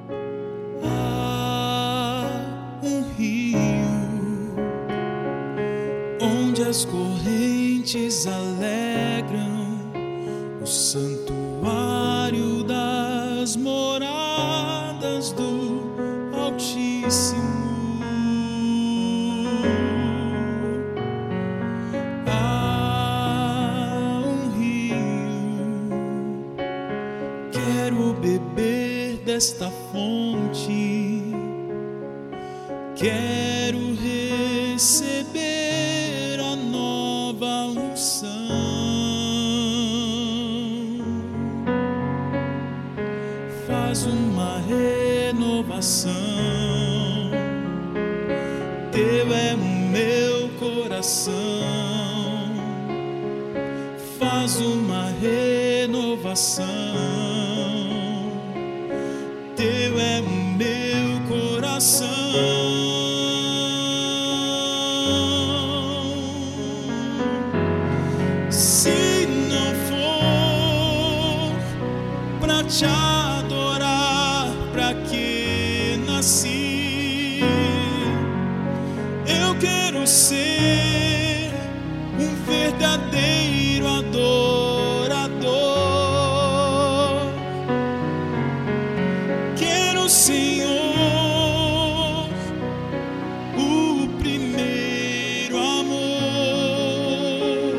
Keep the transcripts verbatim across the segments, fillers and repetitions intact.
Há um rio onde as correntes alegram o santuário das moradas do Altíssimo. Há um rio, quero beber desta fonte, quero receber a nova unção. Faz uma renovação, teu é o meu coração. Faz uma renovação, teu é o meu coração. Se não for pra te adorar, pra que nasci? Eu quero ser um verdadeiro adorador. Quero, Senhor, o primeiro amor.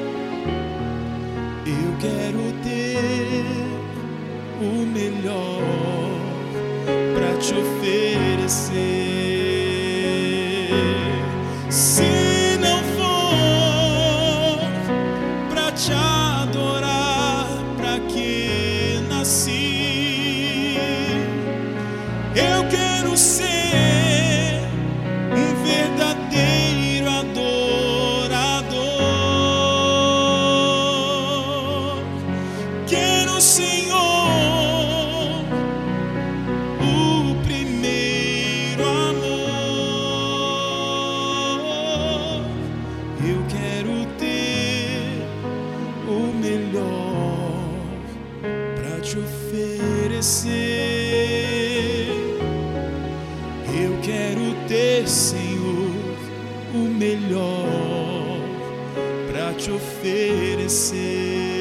Eu quero ter o melhor pra te oferecer. Se não for pra te adorar, pra que nasci? Eu quero ser um verdadeiro adorador. Quero, Senhor, o primeiro amor. Eu quero ter o melhor pra te oferecer. Eu quero ter, Senhor, o melhor pra te oferecer.